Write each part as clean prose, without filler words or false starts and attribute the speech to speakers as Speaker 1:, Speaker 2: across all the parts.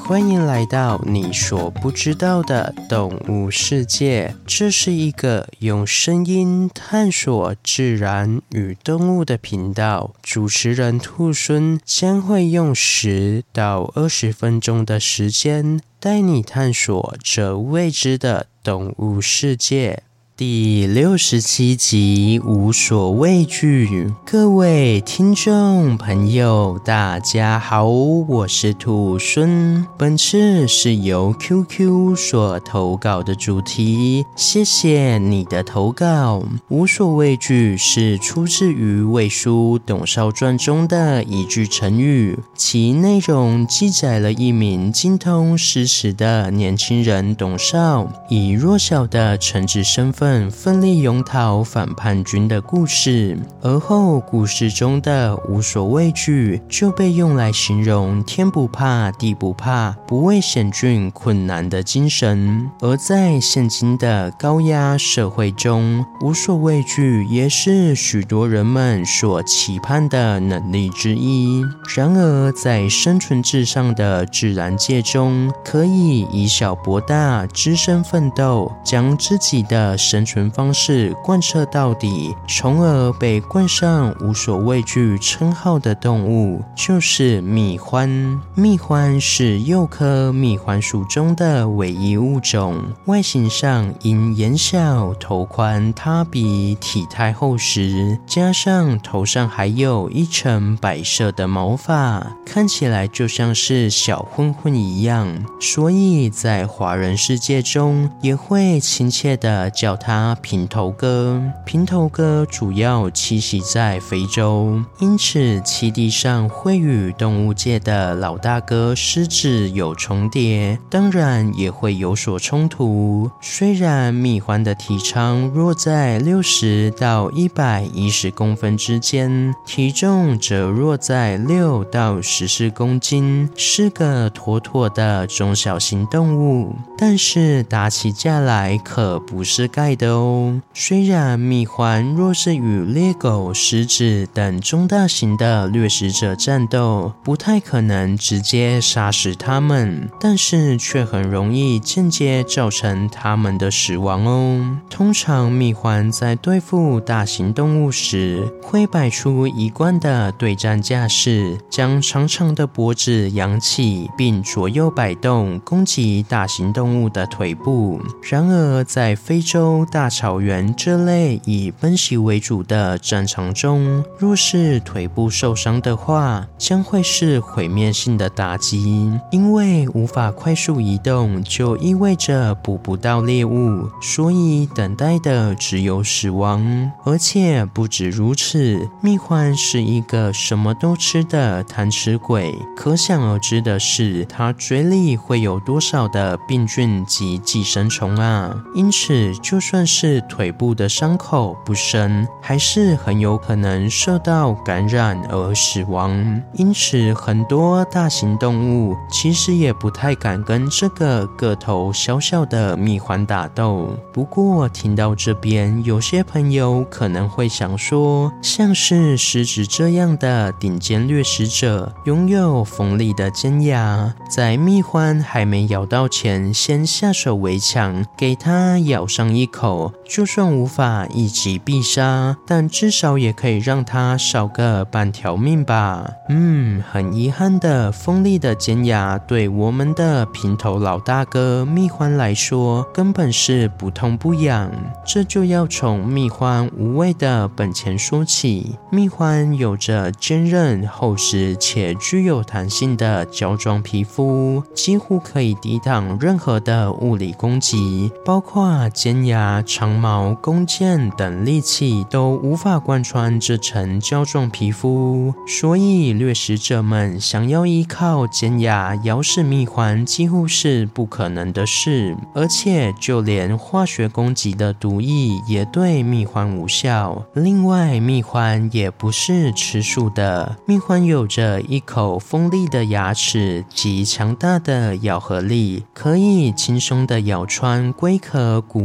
Speaker 1: 欢迎来到你所不知道的动物世界。这是一个用声音探索自然与动物的频道。主持人兔狲将会用10到20分钟的时间，带你探索这未知的动物世界。第67集无所畏惧。各位听众朋友大家好，我是兔狲。本次是由 QQ 所投稿的主题，谢谢你的投稿。无所畏惧是出自于魏书董少传中的一句成语，其内容记载了一名精通诗词的年轻人董少，以弱小的臣子身份奋力勇讨反叛军的故事，而后故事中的无所畏惧就被用来形容天不怕地不怕，不畏险峻困难的精神。而在现今的高压社会中，无所畏惧也是许多人们所期盼的能力之一。然而在生存至上的自然界中，可以以小博大，只身奋斗，将自己的生存方式贯彻到底，从而被冠上无所畏惧称号的动物，就是蜜獾。蜜獾是鼬科蜜獾属中的唯一物种，外形上因眼小、头宽、塌鼻、体态厚实，加上头上还有一层白色的毛发，看起来就像是小混混一样，所以在华人世界中也会亲切地叫它平头哥。平头哥主要栖息在非洲，因此栖地上会与动物界的老大哥狮子有重叠，当然也会有所冲突。虽然蜜獾的体长若在60到110公分之间，体重则若在6到14公斤，是个妥妥的中小型动物。但是打起架来可不是盖的哦。虽然蜜獾若是与猎狗、狮子等中大型的掠食者战斗，不太可能直接杀死它们，但是却很容易间接造成它们的死亡哦。通常蜜獾在对付大型动物时，会摆出一贯的对战架势，将长长的脖子扬起，并左右摆动，攻击大型动物的腿部。然而在非洲大草原这类以奔袭为主的战场中，若是腿部受伤的话，将会是毁灭性的打击，因为无法快速移动就意味着捕不到猎物，所以等待的只有死亡。而且不止如此，蜜獾是一个什么都吃的贪吃鬼，可想而知的是，它嘴里会有多少的病菌及寄生虫啊！因此就算是腿部的伤口不深，还是很有可能受到感染而死亡。因此很多大型动物其实也不太敢跟这个个头小小的蜜獾打斗。不过听到这边，有些朋友可能会想说，像是狮子这样的顶尖掠食者，拥有锋利的尖牙，在蜜獾还没咬到前，先下手为强，给它咬上一口，就算无法一击必杀，但至少也可以让它少个半条命吧。很遗憾的，锋利的尖牙对我们的平头老大哥蜜獾来说，根本是不痛不痒。这就要从蜜獾无畏的本钱说起。蜜獾有着坚韧、厚实且具有弹性的胶状皮肤，几乎可以抵挡任何的物理攻击，包括尖牙、长毛、弓箭等利器都无法贯穿这层胶状皮肤，所以掠食者们想要依靠尖牙咬死蜜獾几乎是不可能的事。而且就连化学攻击的毒液也对蜜獾无效。另外，蜜獾也不是吃素的，蜜獾有着一口锋利的牙齿及强大的咬合力，可以轻松地咬穿龟壳、骨头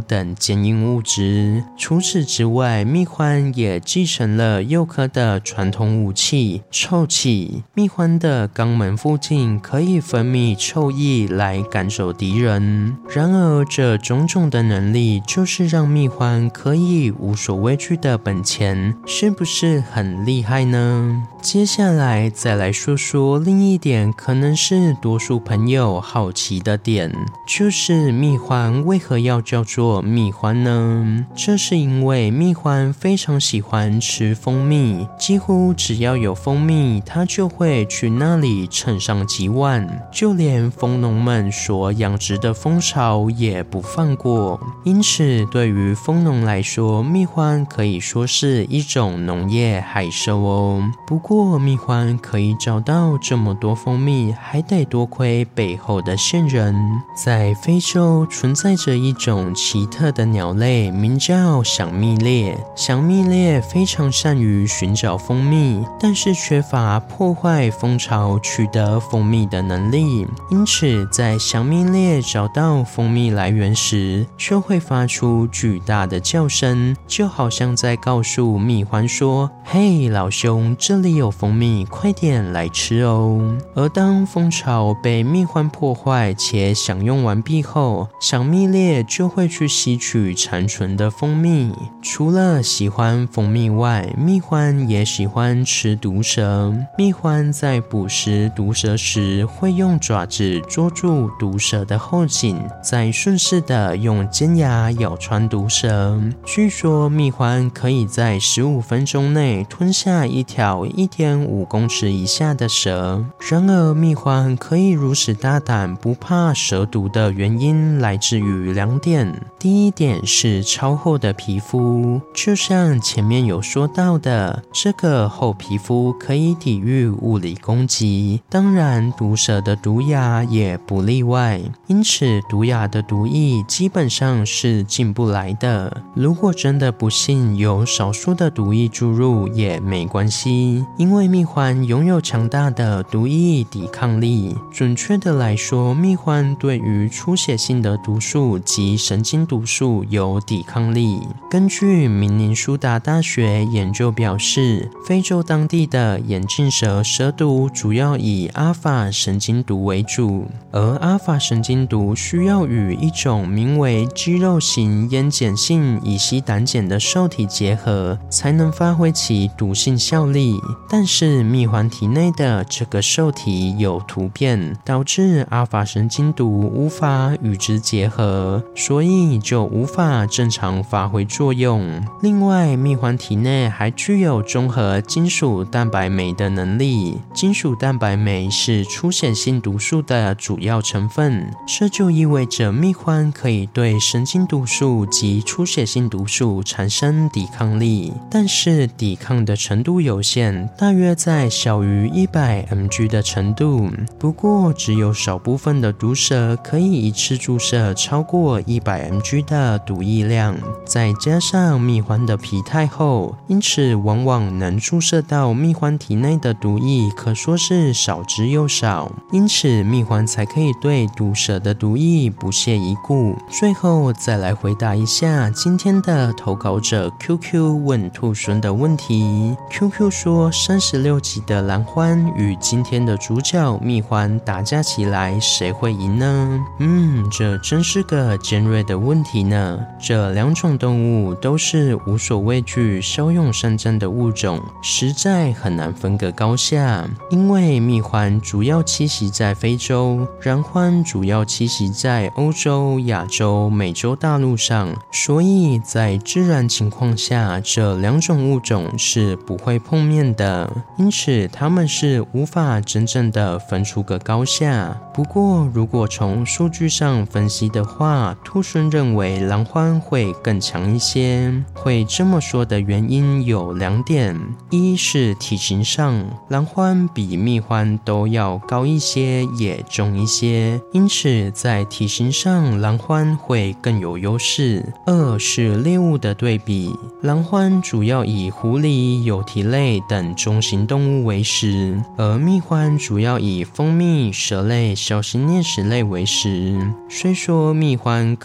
Speaker 1: 等坚硬物质。除此之外，蜜獾也继承了幼科的传统武器——臭气。蜜獾的肛门附近可以分泌臭液来赶走敌人。然而，这种种的能力就是让蜜獾可以无所畏惧的本钱，是不是很厉害呢？接下来再来说说另一点可能是多数朋友好奇的点，就是蜜獾为何要叫做蜜獾呢？这是因为蜜獾非常喜欢吃蜂蜜，几乎只要有蜂蜜，它就会去那里蹭上几碗，就连蜂农们所养殖的蜂巢也不放过。因此，对于蜂农来说，蜜獾可以说是一种农业海兽哦。不过，蜜獾可以找到这么多蜂蜜，还得多亏背后的线人。在非洲存在着一种奇特的鸟类，名叫响蜜猎。响蜜猎非常善于寻找蜂蜜，但是缺乏破坏蜂巢取得蜂蜜的能力。因此，在响蜜猎找到蜂蜜来源时，就会发出巨大的叫声，就好像在告诉蜜獾说：“嘿，老兄，这里有蜂蜜，快点来吃哦。”而当蜂巢被蜜獾破坏且享用完毕后，响蜜猎就会去吸取残存的蜂蜜。除了喜欢蜂蜜外，蜜獾也喜欢吃毒蛇。蜜獾在捕食毒蛇时，会用爪子捉住毒蛇的后颈，再顺势的用尖牙咬穿毒蛇。据说蜜獾可以在15分钟内吞下一条1.5公尺以下的蛇。然而，蜜獾可以如此大胆不怕蛇毒的原因来自于2点。第一点是超厚的皮肤，就像前面有说到的，这个厚皮肤可以抵御物理攻击，当然毒蛇的毒牙也不例外。因此，毒牙的毒液基本上是进不来的。如果真的不幸有少数的毒液注入也没关系，因为蜜獾拥有强大的毒液抵抗力。准确的来说，蜜獾对于出血性的毒素及神经毒素有抵抗力。根据明尼苏达大学研究表示，非洲当地的眼镜蛇蛇毒主要以阿法神经毒为主，而阿法神经毒需要与一种名为肌肉型烟碱性乙烯胆碱的受体结合，才能发挥其毒性效力。但是蜜獾体内的这个受体有突变，导致阿法神经毒无法与之结合，所以就无法正常发挥作用。另外，蜜獾体内还具有中和金属蛋白酶的能力。金属蛋白酶是出血性毒素的主要成分，这就意味着蜜獾可以对神经毒素及出血性毒素产生抵抗力，但是抵抗的程度有限，大约在小于100 mg 的程度。不过，只有少部分的毒蛇可以一次注射超过100 mg 的毒液量，再加上蜜獾的皮太厚，因此往往能注射到蜜獾体内的毒液可说是少之又少，因此蜜獾才可以对毒蛇的毒液不屑一顾。最后再来回答一下今天的投稿者 QQ 问兔孙的问题。 QQ 说36集的蓝獾与今天的主角蜜獾打架起来，谁会赢呢？这真是个尖锐的问题呢。这2种动物都是无所畏惧、骁勇善战的物种，实在很难分个高下。因为蜜獾主要栖息在非洲，蓝獾主要栖息在欧洲、亚洲、美洲大陆上，所以在自然情况下，这2种物种是不会碰面的，因此它们是无法真正的分出个高下。不过，如果从数据上分析的话，兔孙认为蓝獾会更强一些。会这么说的原因有2点：一是体型上，蓝獾比蜜獾都要高一些，也重一些，因此在体型上蓝獾会更有优势。2是猎物的对比，蓝獾主要以狐狸、有蹄类等中型动物为食，而蜜獾主要以蜂蜜、蛇类、小型啮齿类为食。虽说蜜獾可以让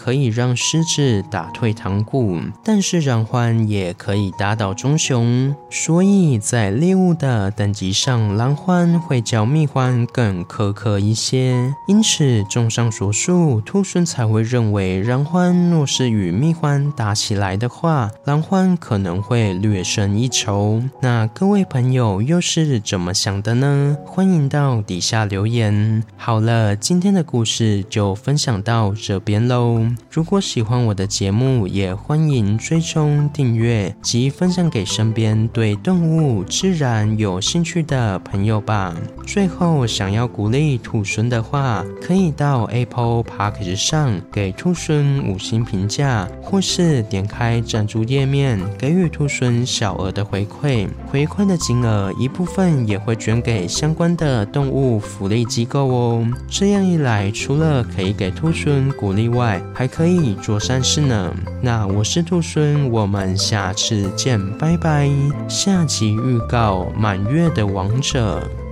Speaker 1: 让狮子打退堂鼓，但是让獾也可以打倒棕熊，所以在猎物的等级上，狼獾会较蜜獾更苛刻一些。因此，综上所述，兔狲才会认为狼獾若是与蜜獾打起来的话，狼獾可能会略胜一筹。那各位朋友又是怎么想的呢？欢迎到底下留言。好了，今天的故事就分享到这边咯。如果喜欢我的节目，也欢迎追踪订阅及分享给身边对动物自然有兴趣的朋友吧。最后，想要鼓励兔狲的话，可以到 Apple Podcast 上给兔狲5星评价，或是点开赞助页面给予兔狲小额的回馈。回馈的金额一部分也会捐给相关的动物福利机构哦。这样一来，除了可以给兔狲鼓励外，还可以做善事呢。那我是兔狲，我们下次见，拜拜。下集预告：满月的王者。